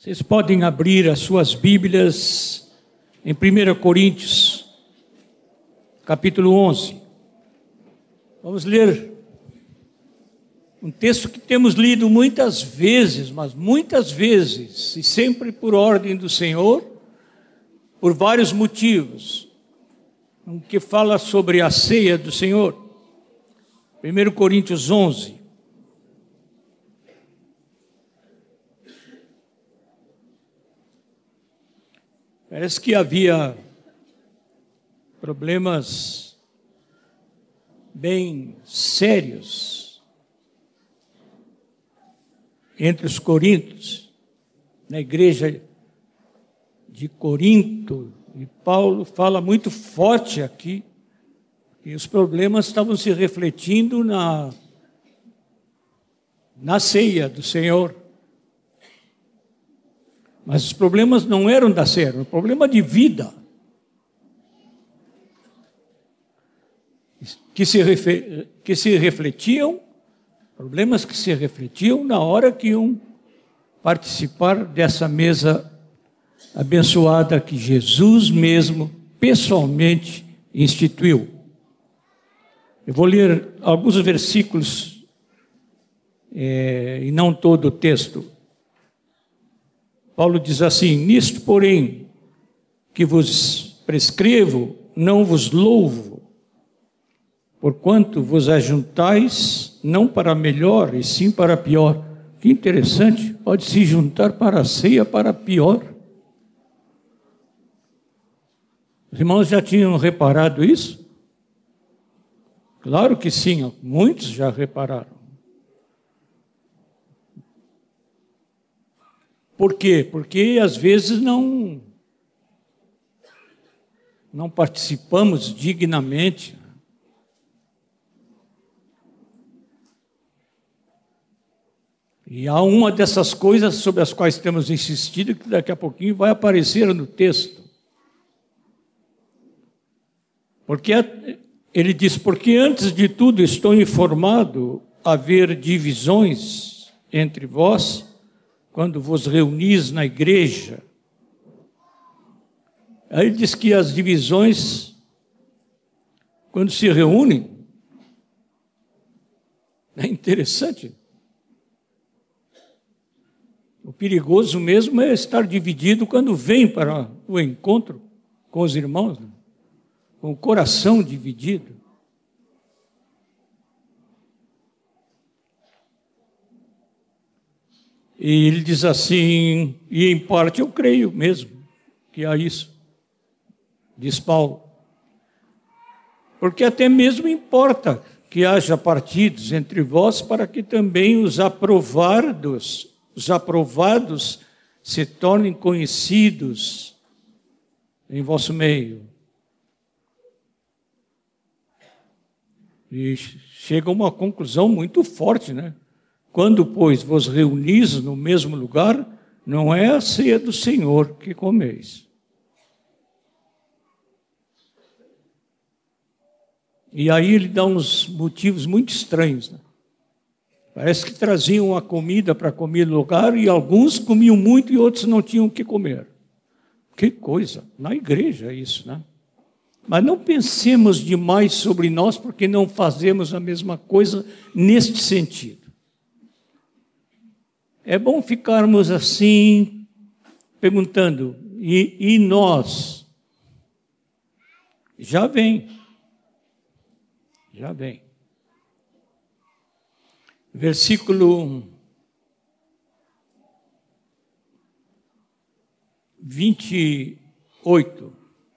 Vocês podem abrir as suas Bíblias em 1 Coríntios, capítulo 11. Vamos ler um texto que temos lido muitas vezes, mas muitas vezes, e sempre por ordem do Senhor, por vários motivos, que fala sobre a ceia do Senhor. 1 Coríntios 11. Parece que havia problemas bem sérios entre os coríntios, na igreja de Corinto, e Paulo fala muito forte aqui, que os problemas estavam se refletindo na ceia do Senhor. Mas os problemas não eram da ceia, era um problema de vida. Que se refletiam, problemas que se refletiam na hora que iam participar dessa mesa abençoada que Jesus mesmo, pessoalmente, instituiu. Eu vou ler alguns versículos, e não todo o texto. Paulo diz assim: nisto, porém, que vos prescrevo, não vos louvo, porquanto vos ajuntais, não para melhor, e sim para pior. Que interessante, pode se juntar para a ceia, para pior. Os irmãos já tinham reparado isso? Claro que sim, muitos já repararam. Por quê? Porque às vezes não participamos dignamente. E há uma dessas coisas sobre as quais temos insistido, que daqui a pouquinho vai aparecer no texto. Porque ele diz: porque antes de tudo estou informado haver divisões entre vós, quando vos reunis na igreja. Aí ele diz que as divisões, quando se reúnem, é interessante. O perigoso mesmo é estar dividido quando vem para o encontro com os irmãos, né? Com o coração dividido. E ele diz assim, e em parte eu creio mesmo que há isso, diz Paulo. Porque até mesmo importa que haja partidos entre vós, para que também os aprovados se tornem conhecidos em vosso meio. E chega a uma conclusão muito forte, né? Quando, pois, vos reunis no mesmo lugar, não é a ceia do Senhor que comeis. E aí ele dá uns motivos muito estranhos, né? Parece que traziam a comida para comer no lugar, e alguns comiam muito e outros não tinham o que comer. Que coisa! Na igreja é isso, né? Mas não pensemos demais sobre nós, porque não fazemos a mesma coisa neste sentido. É bom ficarmos assim, perguntando, e nós? Já vem. Versículo 28.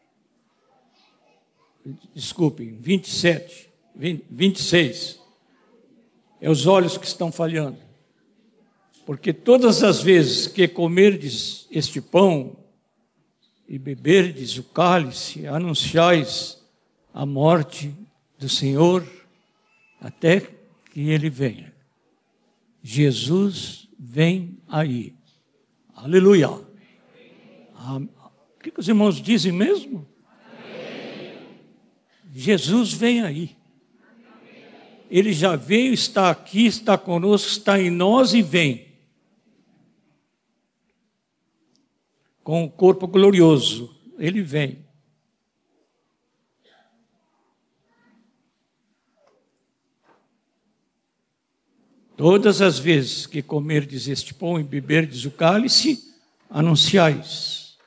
Desculpem, 27, 26. É os olhos que estão falhando. Porque todas as vezes que comerdes este pão e beberdes o cálice, anunciais a morte do Senhor até que Ele venha. Jesus vem aí. Aleluia. O que os irmãos dizem mesmo? Jesus vem aí. Ele já veio, está aqui, está conosco, está em nós e vem. com o corpo glorioso. Ele vem. Todas as vezes que comerdes este pão e beberdes o cálice, anunciais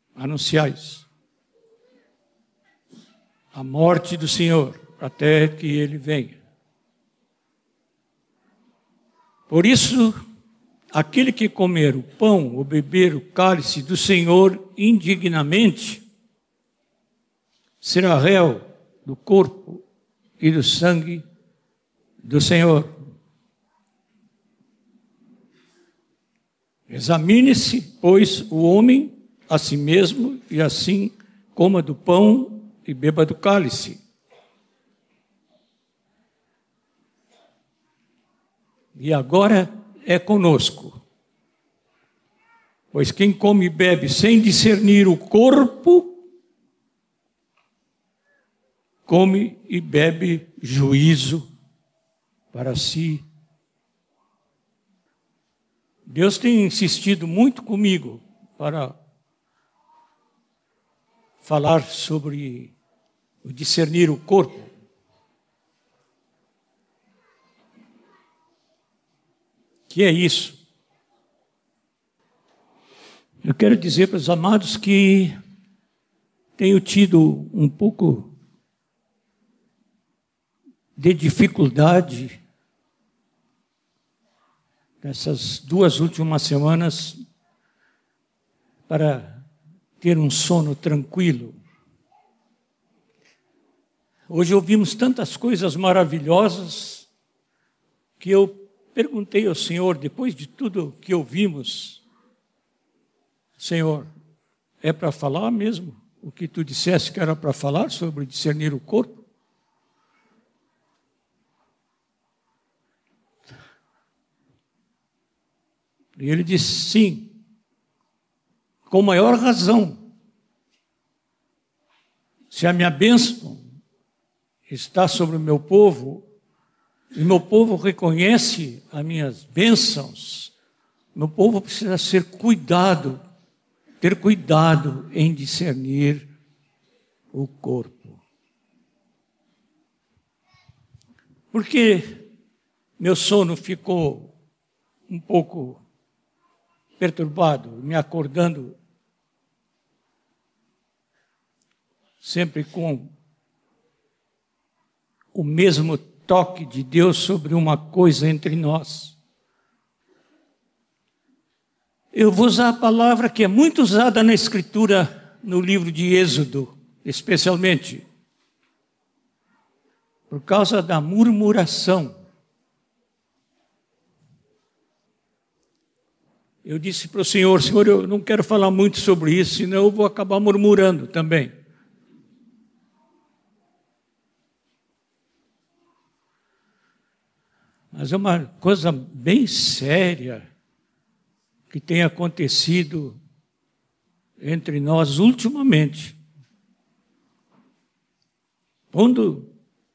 a morte do Senhor, até que Ele venha. Por isso, aquele que comer o pão ou beber o cálice do Senhor indignamente, será réu do corpo e do sangue do Senhor. Examine-se, pois, o homem a si mesmo, e assim coma do pão e beba do cálice. E agora é conosco. Pois quem come e bebe sem discernir o corpo, come e bebe juízo para si. Deus tem insistido muito comigo para falar sobre o discernir o corpo. Que é isso? Eu quero dizer para os amados que tenho tido um pouco de dificuldade nessas 2 últimas semanas para ter um sono tranquilo. Hoje ouvimos tantas coisas maravilhosas que eu perguntei ao Senhor, depois de tudo que ouvimos, Senhor, é para falar mesmo o que tu disseste que era para falar sobre discernir o corpo? E ele disse, sim, com maior razão. Se a minha bênção está sobre o meu povo, e meu povo reconhece as minhas bênçãos, meu povo precisa ter cuidado em discernir o corpo. Porque meu sono ficou um pouco perturbado, me acordando sempre com o mesmo toque de Deus sobre uma coisa entre nós. Eu vou usar a palavra que é muito usada na Escritura, no livro de Êxodo, especialmente, por causa da murmuração. Eu disse para o Senhor, eu não quero falar muito sobre isso, senão eu vou acabar murmurando também. Mas é uma coisa bem séria que tem acontecido entre nós ultimamente. Pondo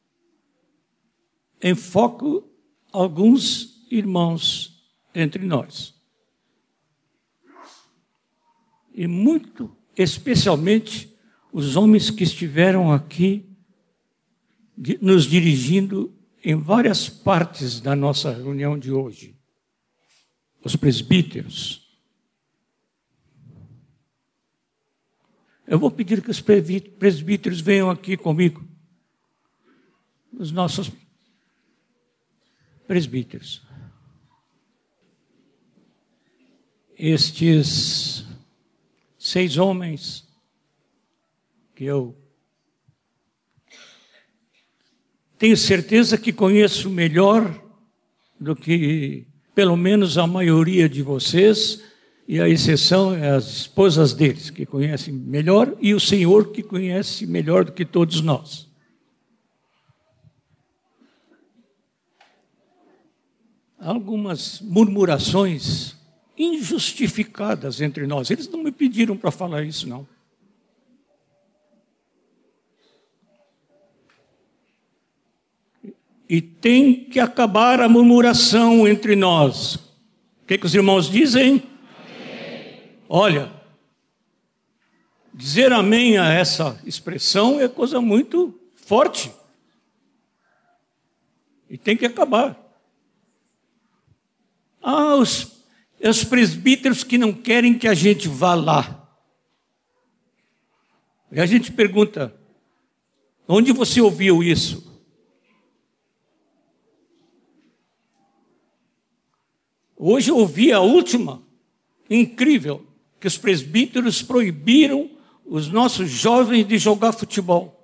em foco alguns irmãos entre nós. E muito especialmente os homens que estiveram aqui nos dirigindo em várias partes da nossa reunião de hoje. Os presbíteros. Eu vou pedir que os presbíteros venham aqui comigo. Os nossos presbíteros. Estes 6 homens que eu tenho certeza que conheço melhor do que pelo menos a maioria de vocês, e a exceção é as esposas deles, que conhecem melhor, e o Senhor que conhece melhor do que todos nós. Algumas murmurações injustificadas entre nós. Eles não me pediram para falar isso, não. E tem que acabar a murmuração entre nós. O que os irmãos dizem? Amém. Olha, dizer amém a essa expressão é coisa muito forte. E tem que acabar. Os presbíteros que não querem que a gente vá lá. E a gente pergunta, onde você ouviu isso? Hoje eu ouvi a última, incrível, que os presbíteros proibiram os nossos jovens de jogar futebol.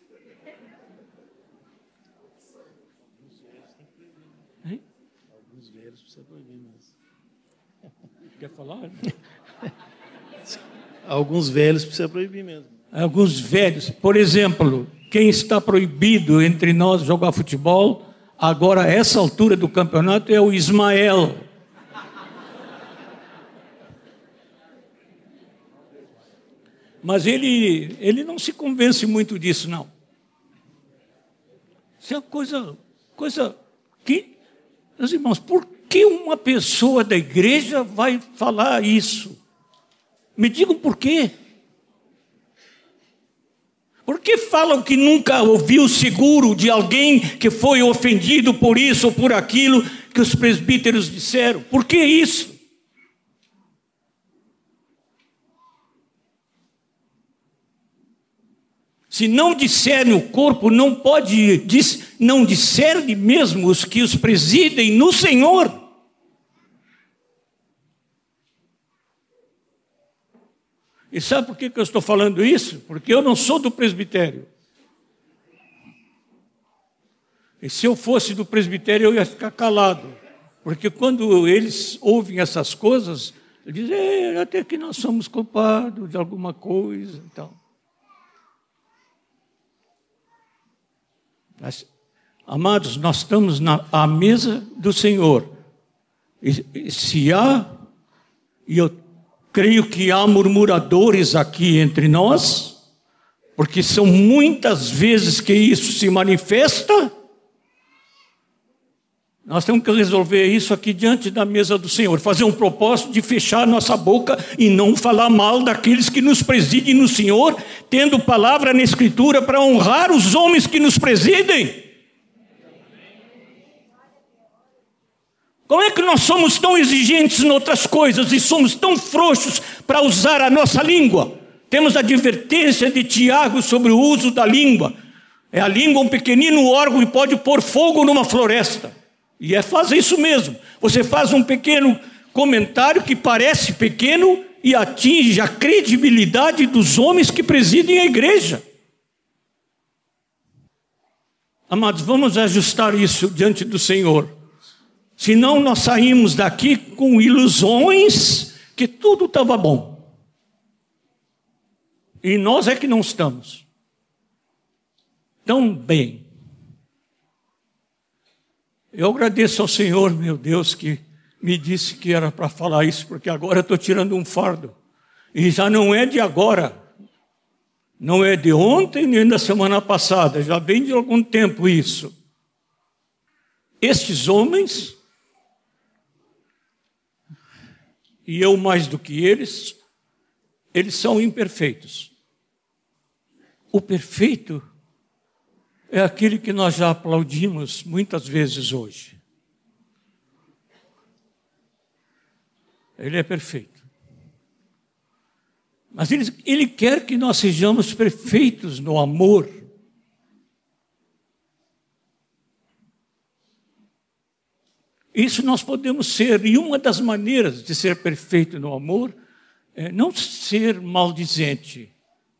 Hein? Alguns velhos precisam proibir mesmo. Quer falar? Alguns velhos precisam proibir mesmo. Alguns velhos. Por exemplo, quem está proibido entre nós jogar futebol, agora a essa altura do campeonato, é o Ismael. Mas ele não se convence muito disso, não. Isso é uma coisa que... Meus irmãos, por que uma pessoa da igreja vai falar isso? Me digam por quê. Por que falam que nunca ouviu seguro de alguém que foi ofendido por isso ou por aquilo que os presbíteros disseram? Por que isso? Se não discerne o corpo, não discerne mesmo os que os presidem no Senhor. E sabe por que eu estou falando isso? Porque eu não sou do presbitério. E se eu fosse do presbitério, eu ia ficar calado. Porque quando eles ouvem essas coisas, eles dizem, até que nós somos culpados de alguma coisa e tal. Mas, amados, nós estamos à mesa do Senhor. E se há, e eu creio que há murmuradores aqui entre nós, porque são muitas vezes que isso se manifesta, nós temos que resolver isso aqui diante da mesa do Senhor, fazer um propósito de fechar nossa boca e não falar mal daqueles que nos presidem no Senhor, tendo palavra na Escritura para honrar os homens que nos presidem. Como é que nós somos tão exigentes em outras coisas e somos tão frouxos para usar a nossa língua? Temos a advertência de Tiago sobre o uso da língua. É a língua um pequenino órgão e pode pôr fogo numa floresta. E faz isso mesmo. Você faz um pequeno comentário que parece pequeno e atinge a credibilidade dos homens que presidem a igreja. Amados, vamos ajustar isso diante do Senhor. Senão nós saímos daqui com ilusões que tudo estava bom. E nós é que não estamos tão bem. Eu agradeço ao Senhor, meu Deus, que me disse que era para falar isso, porque agora eu estou tirando um fardo. E já não é de agora. Não é de ontem nem da semana passada. Já vem de algum tempo isso. Estes homens... e eu mais do que eles são imperfeitos. O perfeito é aquele que nós já aplaudimos muitas vezes hoje. Ele é perfeito. Mas ele quer que nós sejamos perfeitos no amor. Isso nós podemos ser, e uma das maneiras de ser perfeito no amor é não ser maldizente.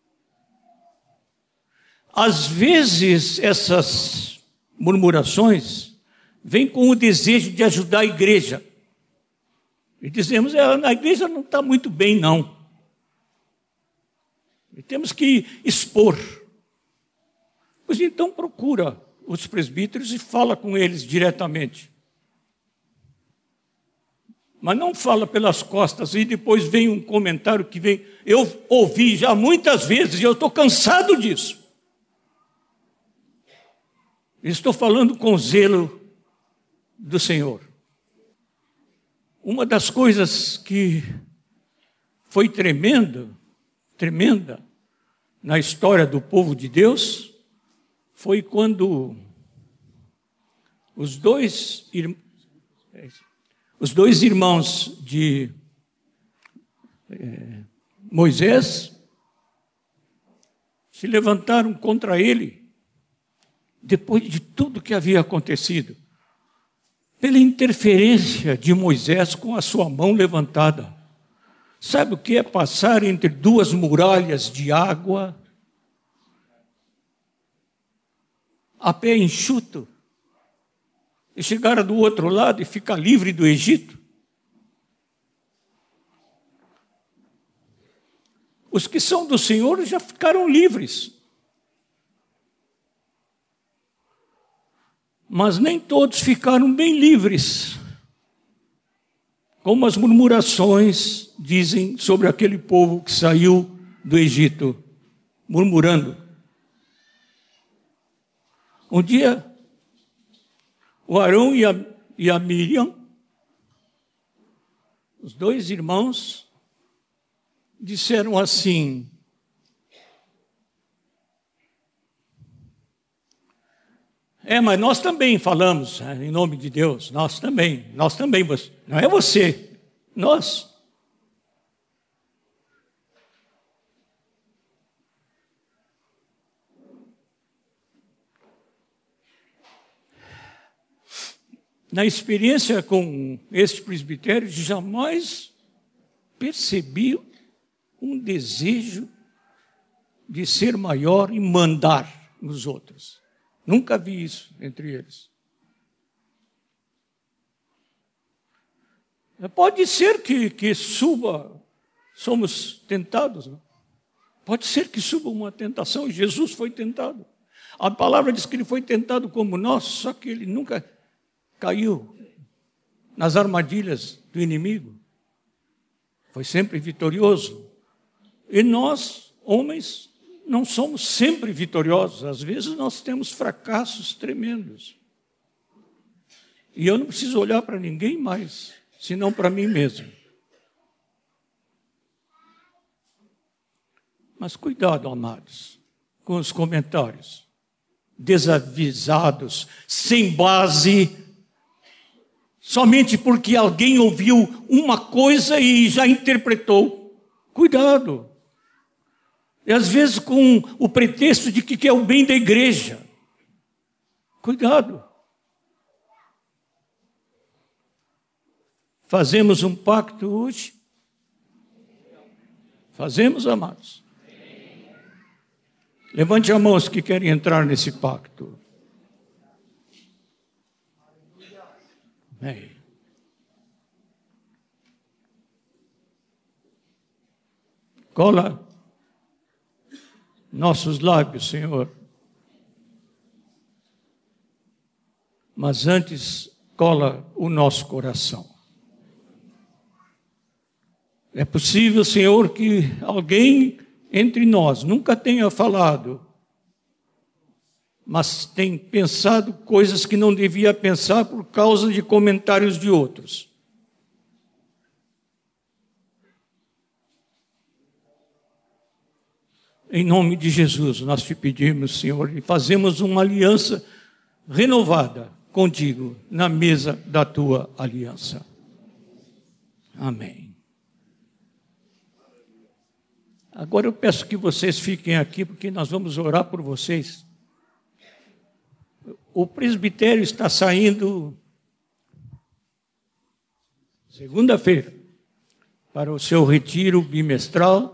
Às vezes, essas murmurações vêm com o desejo de ajudar a igreja. E dizemos, a igreja não está muito bem, não. E temos que expor. Pois então procura os presbíteros e fala com eles diretamente. Mas não fala pelas costas e depois vem um comentário que vem. Eu ouvi já muitas vezes e eu estou cansado disso. Estou falando com zelo do Senhor. Uma das coisas que foi tremenda, na história do povo de Deus foi quando os dois irmãos de Moisés se levantaram contra ele, depois de tudo que havia acontecido, pela interferência de Moisés com a sua mão levantada. Sabe o que é passar entre duas muralhas de água, a pé enxuto, e chegar do outro lado e ficar livre do Egito? Os que são do Senhor já ficaram livres. Mas nem todos ficaram bem livres. Como as murmurações dizem sobre aquele povo que saiu do Egito, murmurando. Um dia, o Arão e a Miriam, os dois irmãos, disseram assim: mas nós também falamos em nome de Deus, nós também, não é você, nós. Na experiência com este presbitério, jamais percebi um desejo de ser maior e mandar nos outros. Nunca vi isso entre eles. Pode ser que suba, somos tentados, não? Pode ser que suba uma tentação, Jesus foi tentado. A palavra diz que ele foi tentado como nós, só que ele nunca caiu nas armadilhas do inimigo. Foi sempre vitorioso. E nós, homens, não somos sempre vitoriosos. Às vezes nós temos fracassos tremendos. E eu não preciso olhar para ninguém mais, senão para mim mesmo. Mas cuidado, amados, com os comentários desavisados, sem base, somente porque alguém ouviu uma coisa e já interpretou. Cuidado. E às vezes com o pretexto de que quer o bem da igreja. Cuidado. Fazemos um pacto hoje? Fazemos, amados? Levante a mão os que querem entrar nesse pacto. Amém. Cola nossos lábios, Senhor. Mas antes, cola o nosso coração. É possível, Senhor, que alguém entre nós nunca tenha falado, mas tem pensado coisas que não devia pensar por causa de comentários de outros. Em nome de Jesus, nós te pedimos, Senhor, e fazemos uma aliança renovada contigo na mesa da tua aliança. Amém. Agora eu peço que vocês fiquem aqui, porque nós vamos orar por vocês. O presbitério está saindo segunda-feira para o seu retiro bimestral.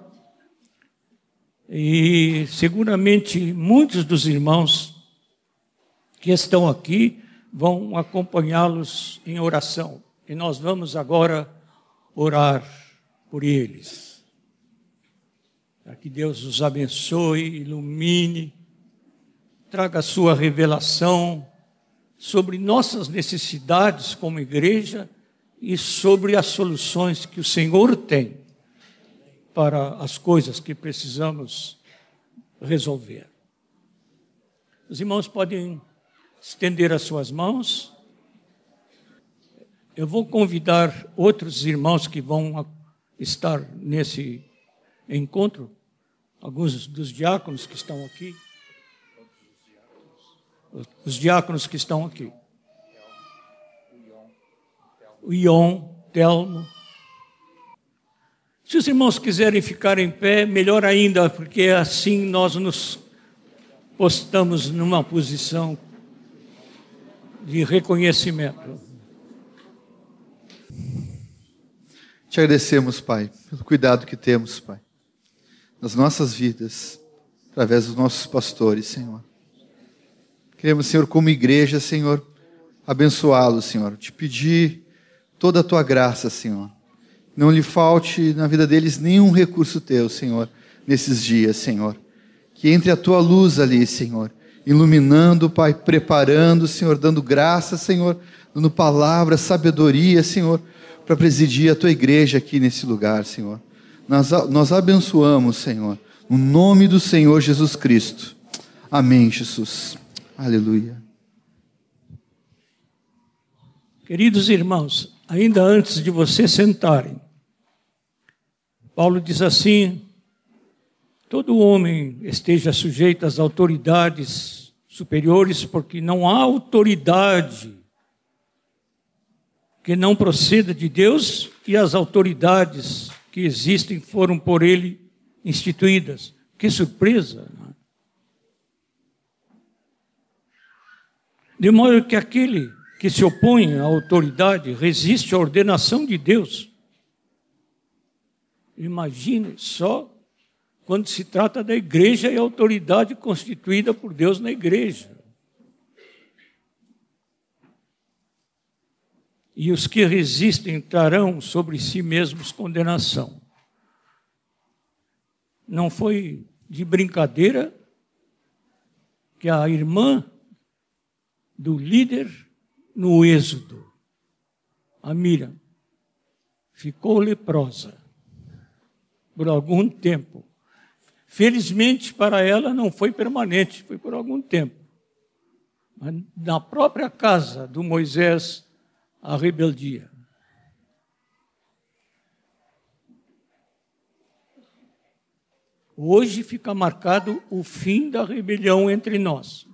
E seguramente muitos dos irmãos que estão aqui vão acompanhá-los em oração. E nós vamos agora orar por eles. Para que Deus os abençoe, ilumine, traga a sua revelação sobre nossas necessidades como igreja e sobre as soluções que o Senhor tem para as coisas que precisamos resolver. Os irmãos podem estender as suas mãos. Eu vou convidar outros irmãos que vão estar nesse encontro alguns dos diáconos que estão aqui. Os diáconos que estão aqui. O Ion, Telmo. Se os irmãos quiserem ficar em pé, melhor ainda, porque assim nós nos postamos numa posição de reconhecimento. Te agradecemos, Pai, pelo cuidado que temos, Pai, nas nossas vidas, através dos nossos pastores, Senhor. Queremos, Senhor, como igreja, Senhor, abençoá-los, Senhor. Te pedir toda a Tua graça, Senhor. Não lhe falte na vida deles nenhum recurso Teu, Senhor, nesses dias, Senhor. Que entre a Tua luz ali, Senhor, iluminando, Pai, preparando, Senhor, dando graça, Senhor, dando palavra, sabedoria, Senhor, para presidir a Tua igreja aqui nesse lugar, Senhor. Nós abençoamos, Senhor, no nome do Senhor Jesus Cristo. Amém, Jesus. Aleluia. Queridos irmãos, ainda antes de vocês sentarem, Paulo diz assim: todo homem esteja sujeito às autoridades superiores, porque não há autoridade que não proceda de Deus, e as autoridades que existem foram por ele instituídas. Que surpresa! De modo que aquele que se opõe à autoridade resiste à ordenação de Deus. Imagine só quando se trata da igreja e a autoridade constituída por Deus na igreja. E os que resistem trarão sobre si mesmos condenação. Não foi de brincadeira que a irmã do líder no Êxodo, a Miriam, ficou leprosa por algum tempo. Felizmente para ela não foi permanente, foi por algum tempo. Mas na própria casa do Moisés, a rebeldia. Hoje fica marcado o fim da rebelião entre nós.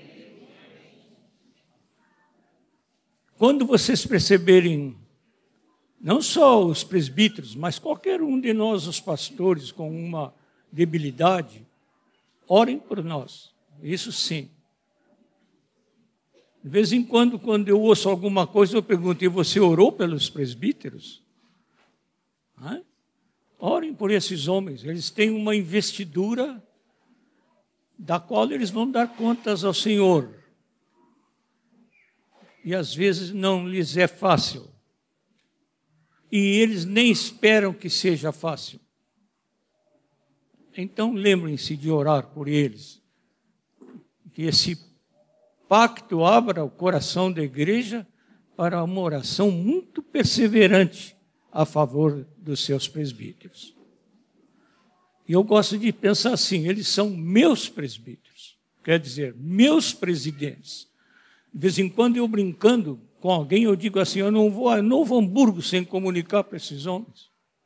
Quando vocês perceberem, não só os presbíteros, mas qualquer um de nós, os pastores, com uma debilidade, orem por nós. Isso sim. De vez em quando eu ouço alguma coisa, eu pergunto: e você orou pelos presbíteros? Orem por esses homens. Eles têm uma investidura da qual eles vão dar contas ao Senhor. E às vezes não lhes é fácil. E eles nem esperam que seja fácil. Então lembrem-se de orar por eles. Que esse pacto abra o coração da igreja para uma oração muito perseverante a favor dos seus presbíteros. E eu gosto de pensar assim: eles são meus presbíteros, quer dizer, meus presidentes. De vez em quando eu, brincando com alguém, eu digo assim: eu não vou a Novo Hamburgo sem comunicar para esses homens.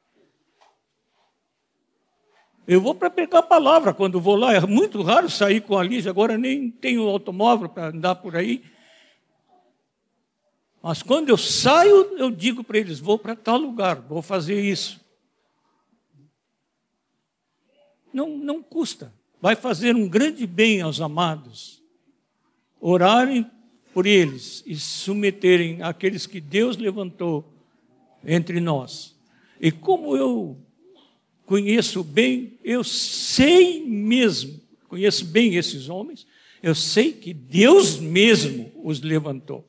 Eu vou para pegar a palavra quando vou lá. É muito raro sair com a Lígia, agora nem tenho automóvel para andar por aí. Mas quando eu saio, eu digo para eles: vou para tal lugar, vou fazer isso. Não custa. Vai fazer um grande bem aos amados. Orarem por eles e submeterem àqueles que Deus levantou entre nós. E como eu conheço bem, eu sei mesmo, conheço bem esses homens, eu sei que Deus mesmo os levantou.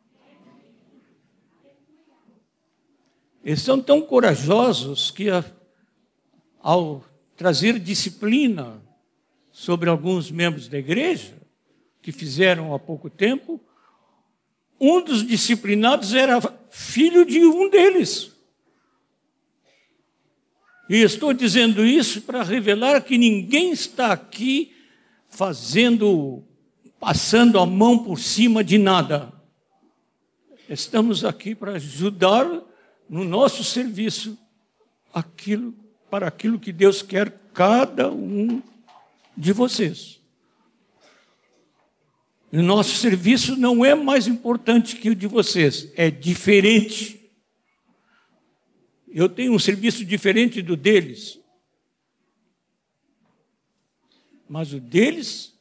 Eles são tão corajosos que, ao trazer disciplina sobre alguns membros da igreja, que fizeram há pouco tempo, um dos disciplinados era filho de um deles. E estou dizendo isso para revelar que ninguém está aqui passando a mão por cima de nada. Estamos aqui para ajudar no nosso serviço aquilo para aquilo que Deus quer cada um de vocês. O nosso serviço não é mais importante que o de vocês, é diferente. Eu tenho um serviço diferente do deles, mas o deles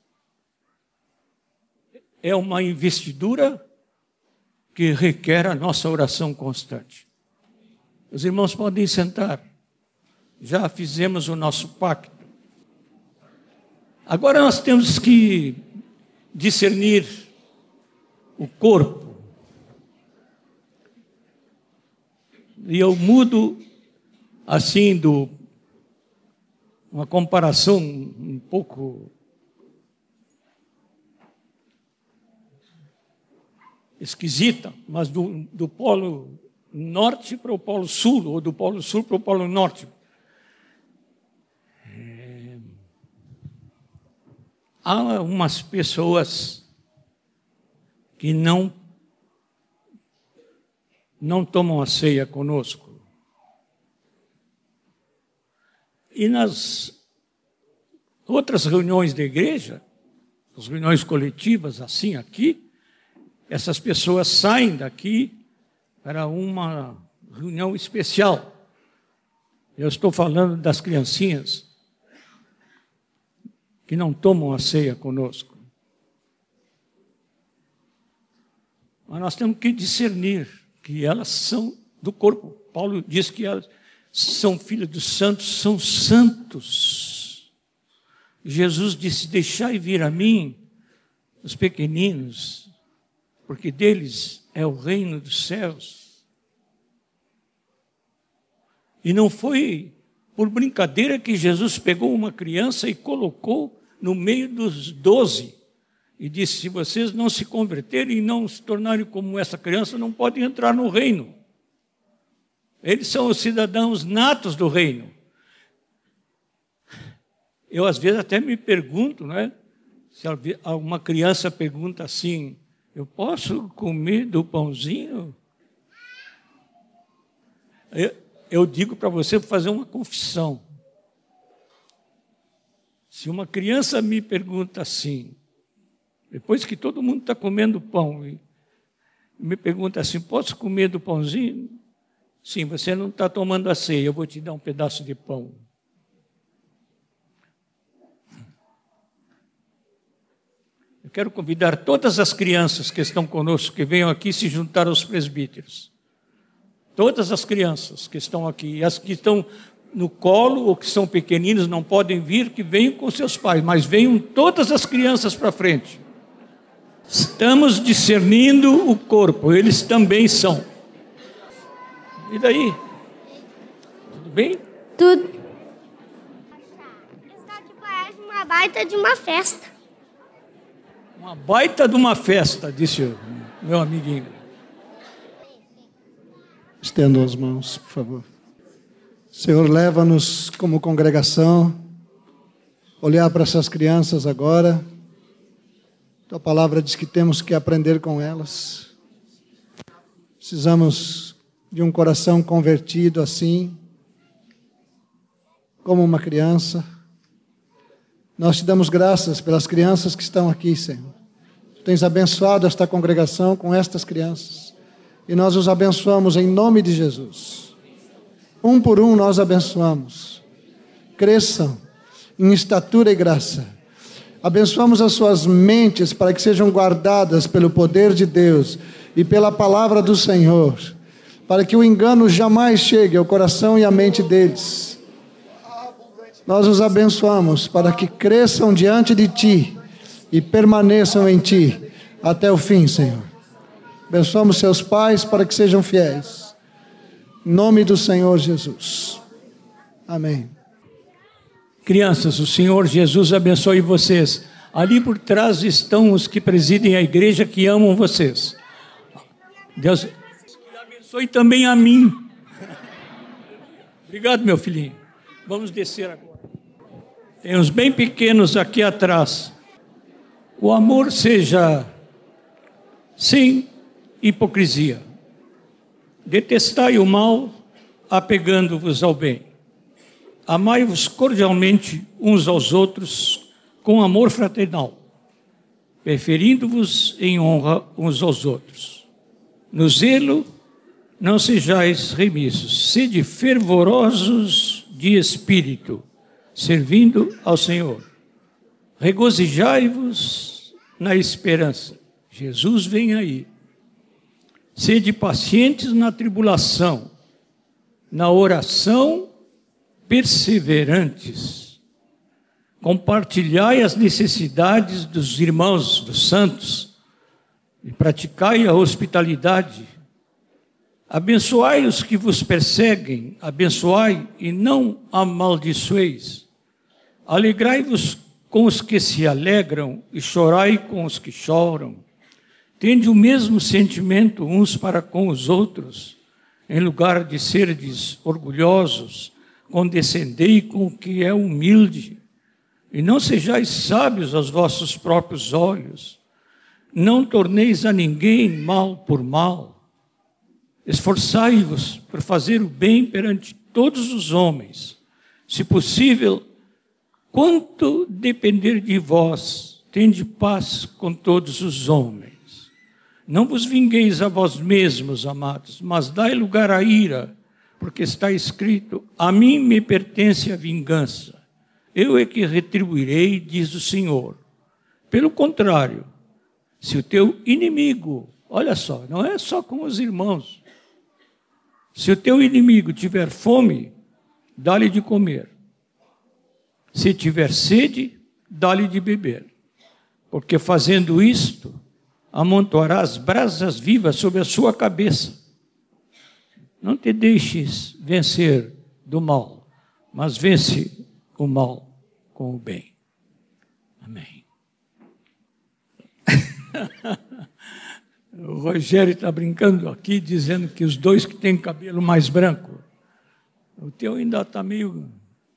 é uma investidura que requer a nossa oração constante. Os irmãos podem sentar. Já fizemos o nosso pacto. Agora nós temos que discernir o corpo. E eu mudo assim uma comparação um pouco esquisita, mas do polo norte para o polo sul, ou do polo sul para o polo norte. Há umas pessoas que não tomam a ceia conosco. E nas outras reuniões da igreja, as reuniões coletivas, assim aqui, essas pessoas saem daqui para uma reunião especial. Eu estou falando das criancinhas que não tomam a ceia conosco. Mas nós temos que discernir que elas são do corpo. Paulo diz que elas são filhas dos santos, são santos. Jesus disse: deixai vir a mim os pequeninos, porque deles é o reino dos céus. E não foi por brincadeira que Jesus pegou uma criança e colocou no meio dos 12 e disse: se vocês não se converterem e não se tornarem como essa criança, não podem entrar no reino. Eles são os cidadãos natos do reino. Eu às vezes até me pergunto, né? Se alguma criança pergunta assim: eu posso comer do pãozinho? Eu digo para você fazer uma confissão. Se uma criança me pergunta assim, depois que todo mundo está comendo pão, e me pergunta assim: posso comer do pãozinho? Sim, você não está tomando a ceia, eu vou te dar um pedaço de pão. Eu quero convidar todas as crianças que estão conosco, que venham aqui se juntar aos presbíteros. Todas as crianças que estão aqui, as que estão no colo ou que são pequeninos, não podem vir, que venham com seus pais, mas venham todas as crianças para frente. Estamos discernindo o corpo, eles também são. E daí? Tudo bem? Tudo. Isso aqui parece uma baita de uma festa. Uma baita de uma festa, disse o meu amiguinho. Estendam as mãos, por favor. Senhor, leva-nos como congregação, olhar para essas crianças agora. Tua palavra diz que temos que aprender com elas. Precisamos de um coração convertido assim, como uma criança. Nós te damos graças pelas crianças que estão aqui, Senhor. Tu tens abençoado esta congregação com estas crianças. E nós os abençoamos em nome de Jesus. Um por um nós abençoamos. Cresçam em estatura e graça. Abençoamos as suas mentes para que sejam guardadas pelo poder de Deus e pela palavra do Senhor, para que o engano jamais chegue ao coração e à mente deles. Nós os abençoamos para que cresçam diante de Ti e permaneçam em Ti até o fim, Senhor. Abençoamos seus pais para que sejam fiéis. Em nome do Senhor Jesus. Amém. Crianças, o Senhor Jesus abençoe vocês. Ali por trás estão os que presidem a igreja, que amam vocês. Deus abençoe também a mim. Obrigado, meu filhinho. Vamos descer agora. Tem uns bem pequenos aqui atrás. O amor seja sem hipocrisia. Detestai o mal, apegando-vos ao bem. amai-vos cordialmente uns aos outros com amor fraternal, preferindo-vos em honra uns aos outros. No zelo, não sejais remissos, sede fervorosos de espírito, servindo ao Senhor. Regozijai-vos na esperança. Jesus vem aí. Sede pacientes na tribulação, na oração perseverantes. Compartilhai as necessidades dos irmãos, dos santos, e praticai a hospitalidade. Abençoai os que vos perseguem, abençoai e não amaldiçoeis. Alegrai-vos com os que se alegram e chorai com os que choram. Tende o mesmo sentimento uns para com os outros. Em lugar de serdes orgulhosos, condescendei com o que é humilde. E não sejais sábios aos vossos próprios olhos. Não torneis a ninguém mal por mal. Esforçai-vos por fazer o bem perante todos os homens. Se possível, quanto depender de vós, tende paz com todos os homens. Não vos vingueis a vós mesmos, amados, mas dai lugar à ira, porque está escrito: a mim me pertence a vingança. Eu é que retribuirei, diz o Senhor. Pelo contrário, se o teu inimigo, olha só, não é só com os irmãos. Se o teu inimigo tiver fome, dá-lhe de comer. Se tiver sede, dá-lhe de beber. Porque fazendo isto, amontoarás brasas vivas sobre a sua cabeça. Não te deixes vencer do mal, mas vence o mal com o bem. Amém. O Rogério está brincando aqui, dizendo que os dois que têm cabelo mais branco, o teu ainda está meio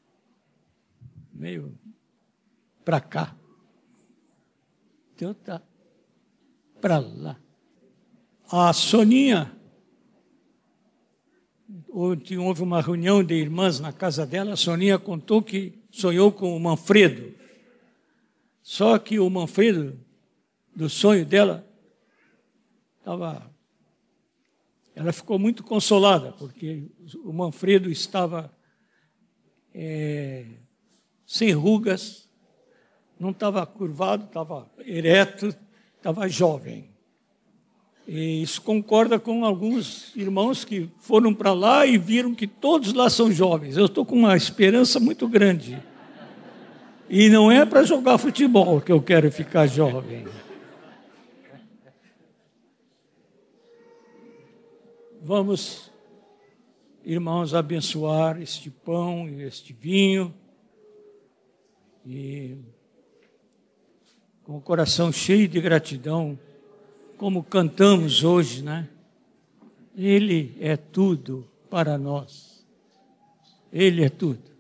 para cá. O teu está para lá. A Soninha, ontem houve uma reunião de irmãs na casa dela, a Soninha contou que sonhou com o Manfredo. Só que o Manfredo, do sonho dela, ela ficou muito consolada, porque o Manfredo estava sem rugas, não estava curvado, estava ereto, estava jovem. E isso concorda com alguns irmãos que foram para lá e viram que todos lá são jovens. Eu estou com uma esperança muito grande. E não é para jogar futebol que eu quero ficar jovem. Vamos, irmãos, abençoar este pão e este vinho. E com o coração cheio de gratidão, como cantamos hoje, né? Ele é tudo para nós. Ele é tudo.